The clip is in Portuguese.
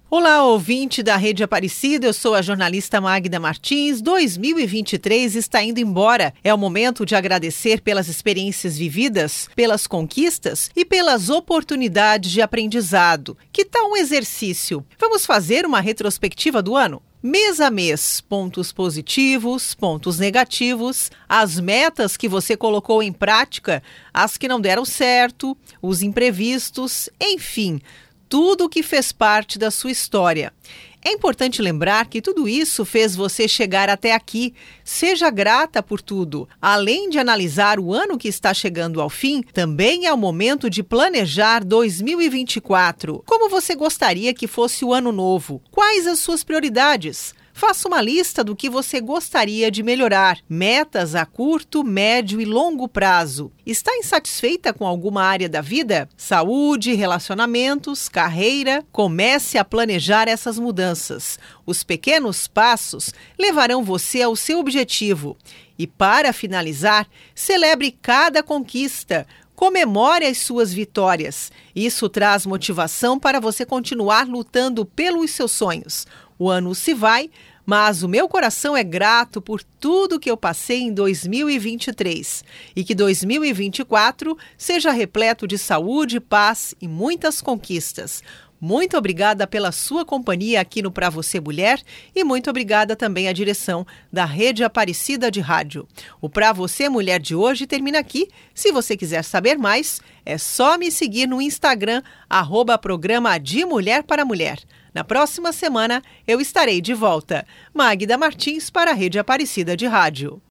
Olá, ouvinte da Rede Aparecida, eu sou a jornalista Magda Martins. 2023 está indo embora. É o momento de agradecer pelas experiências vividas, pelas conquistas e pelas oportunidades de aprendizado. Que tal um exercício? Vamos fazer uma retrospectiva do ano? Mês a mês, pontos positivos, pontos negativos, as metas que você colocou em prática, as que não deram certo, os imprevistos, enfim, tudo o que fez parte da sua história. É importante lembrar que tudo isso fez você chegar até aqui. Seja grata por tudo. Além de analisar o ano que está chegando ao fim, também é o momento de planejar 2024. Como você gostaria que fosse o ano novo? Quais as suas prioridades? Faça uma lista do que você gostaria de melhorar. Metas a curto, médio e longo prazo. Está insatisfeita com alguma área da vida? Saúde, relacionamentos, carreira? Comece a planejar essas mudanças. Os pequenos passos levarão você ao seu objetivo. E para finalizar, celebre cada conquista. Comemore as suas vitórias. Isso traz motivação para você continuar lutando pelos seus sonhos. O ano se vai, mas o meu coração é grato por tudo que eu passei em 2023 e que 2024 seja repleto de saúde, paz e muitas conquistas. Muito obrigada pela sua companhia aqui no Pra Você Mulher e muito obrigada também à direção da Rede Aparecida de Rádio. O Pra Você Mulher de hoje termina aqui. Se você quiser saber mais, é só me seguir no Instagram, @programa de Mulher para Mulher. Na próxima semana, eu estarei de volta. Magda Martins para a Rede Aparecida de Rádio.